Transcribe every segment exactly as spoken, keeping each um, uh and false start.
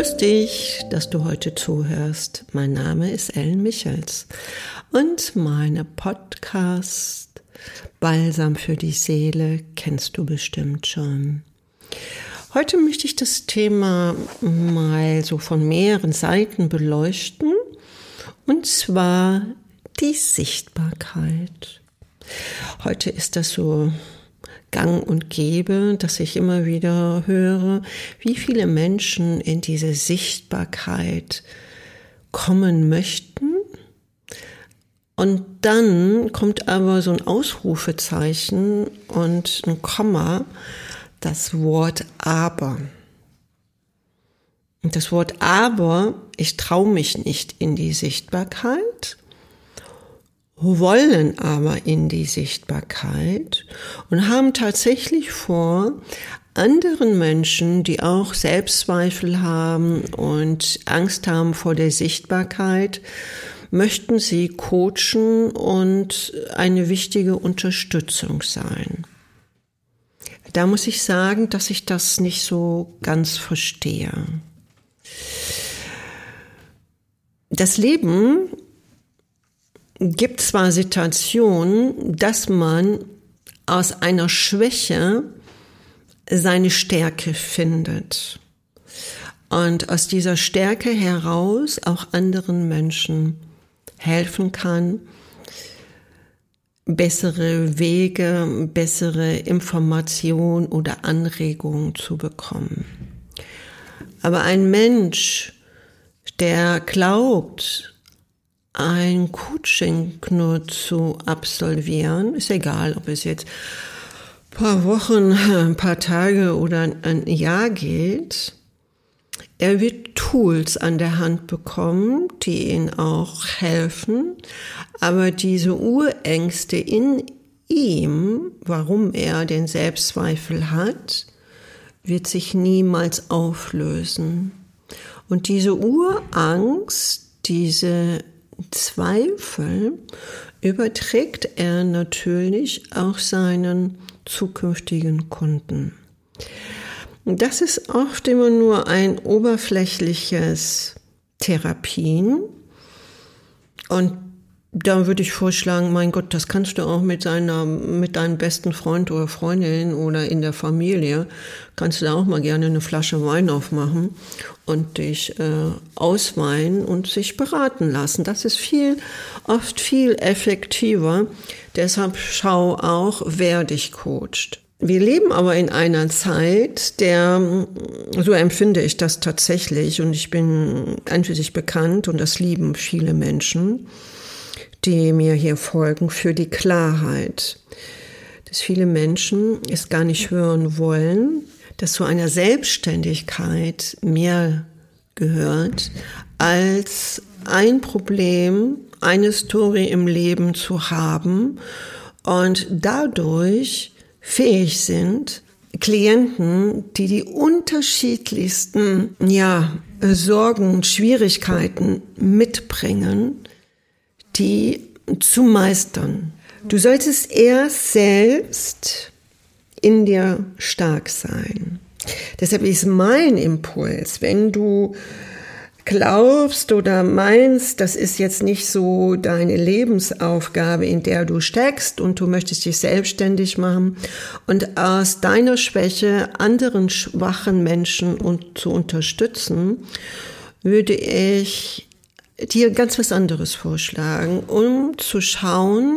Grüß dich, dass du heute zuhörst. Mein Name ist Ellen Michels und meine Podcast Balsam für die Seele kennst du bestimmt schon. Heute möchte ich das Thema mal so von mehreren Seiten beleuchten, und zwar die Sichtbarkeit. Heute ist das so gang und gäbe, dass ich immer wieder höre, wie viele Menschen in diese Sichtbarkeit kommen möchten. Und dann kommt aber so ein Ausrufezeichen und ein Komma, das Wort aber. Und das Wort aber, ich traue mich nicht in die Sichtbarkeit, wollen aber in die Sichtbarkeit und haben tatsächlich vor, anderen Menschen, die auch Selbstzweifel haben und Angst haben vor der Sichtbarkeit, möchten sie coachen und eine wichtige Unterstützung sein. Da muss ich sagen, dass ich das nicht so ganz verstehe. Das Leben gibt zwar Situationen, dass man aus einer Schwäche seine Stärke findet und aus dieser Stärke heraus auch anderen Menschen helfen kann, bessere Wege, bessere Informationen oder Anregungen zu bekommen. Aber ein Mensch, der glaubt, ein Coaching nur zu absolvieren, ist egal, ob es jetzt ein paar Wochen, ein paar Tage oder ein Jahr geht. Er wird Tools an der Hand bekommen, die ihm auch helfen, aber diese Urängste in ihm, warum er den Selbstzweifel hat, wird sich niemals auflösen. Und diese Urangst, diese Zweifel überträgt er natürlich auch seinen zukünftigen Kunden. Das ist oft immer nur ein oberflächliches Therapien, und da würde ich vorschlagen, mein Gott, das kannst du auch mit deiner, mit deinem besten Freund oder Freundin oder in der Familie, kannst du da auch mal gerne eine Flasche Wein aufmachen und dich äh, ausweinen und sich beraten lassen. Das ist viel, oft viel effektiver. Deshalb schau auch, wer dich coacht. Wir leben aber in einer Zeit, der, so empfinde ich das tatsächlich, und ich bin an für sich bekannt, und das lieben viele Menschen, die mir hier folgen, für die Klarheit. Dass viele Menschen es gar nicht hören wollen, dass zu einer Selbstständigkeit mehr gehört, als ein Problem, eine Story im Leben zu haben und dadurch fähig sind, Klienten, die die unterschiedlichsten, ja, Sorgen, Schwierigkeiten mitbringen, die zu meistern. Du solltest erst selbst in dir stark sein. Deshalb ist mein Impuls, wenn du glaubst oder meinst, das ist jetzt nicht so deine Lebensaufgabe, in der du steckst, und du möchtest dich selbstständig machen und aus deiner Schwäche anderen schwachen Menschen und zu unterstützen, würde ich dir ganz was anderes vorschlagen, um zu schauen,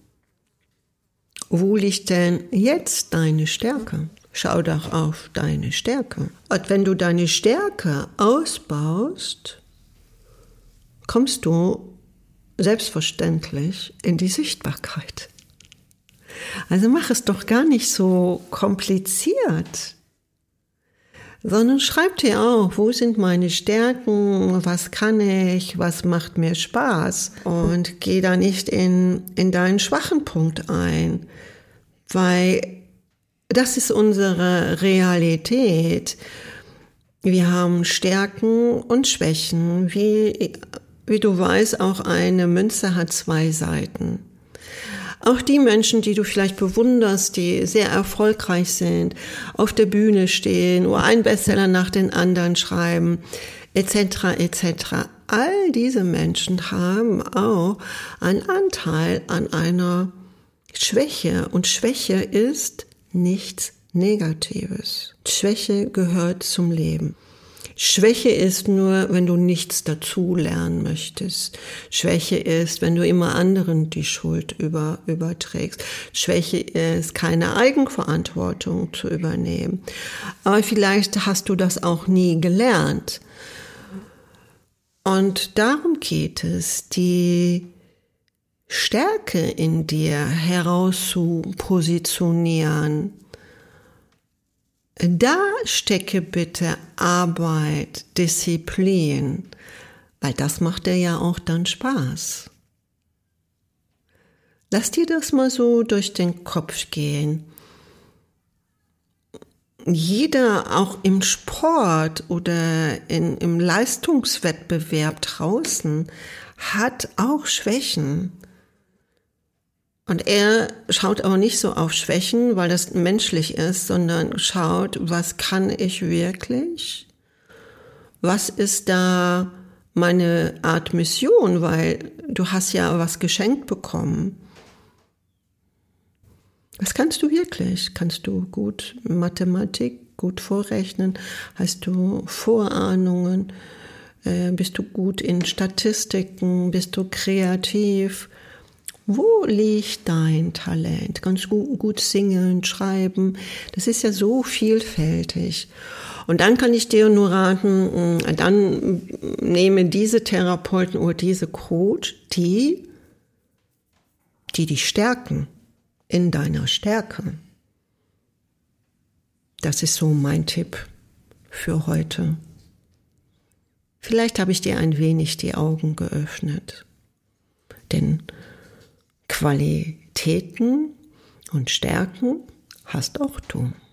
wo liegt denn jetzt deine Stärke? Schau doch auf deine Stärke. Und wenn du deine Stärke ausbaust, kommst du selbstverständlich in die Sichtbarkeit. Also mach es doch gar nicht so kompliziert, sondern schreib dir auf, wo sind meine Stärken, was kann ich, was macht mir Spaß, und geh da nicht in, in deinen schwachen Punkt ein, weil das ist unsere Realität. Wir haben Stärken und Schwächen, wie, wie du weißt, auch eine Münze hat zwei Seiten. Auch die Menschen, die du vielleicht bewunderst, die sehr erfolgreich sind, auf der Bühne stehen oder einen Bestseller nach den anderen schreiben, et cetera et cetera. All diese Menschen haben auch einen Anteil an einer Schwäche. Und Schwäche ist nichts Negatives. Schwäche gehört zum Leben. Schwäche ist nur, wenn du nichts dazu lernen möchtest. Schwäche ist, wenn du immer anderen die Schuld über, überträgst. Schwäche ist, keine Eigenverantwortung zu übernehmen. Aber vielleicht hast du das auch nie gelernt. Und darum geht es, die Stärke in dir herauszupositionieren. Da stecke bitte Arbeit, Disziplin, weil das macht dir ja auch dann Spaß. Lass dir das mal so durch den Kopf gehen. Jeder, auch im Sport oder in, im Leistungswettbewerb draußen, hat auch Schwächen. Und er schaut aber nicht so auf Schwächen, weil das menschlich ist, sondern schaut, was kann ich wirklich? Was ist da meine Art Mission? Weil du hast ja was geschenkt bekommen. Was kannst du wirklich? Kannst du gut Mathematik, gut vorrechnen? Hast du Vorahnungen? Äh, bist du gut in Statistiken? Bist du kreativ? Wo liegt dein Talent? Kannst du gut singen, schreiben? Das ist ja so vielfältig. Und dann kann ich dir nur raten, dann nehme diese Therapeuten oder diese Coach, die, die dich stärken in deiner Stärke. Das ist so mein Tipp für heute. Vielleicht habe ich dir ein wenig die Augen geöffnet. Denn Qualitäten und Stärken hast auch du.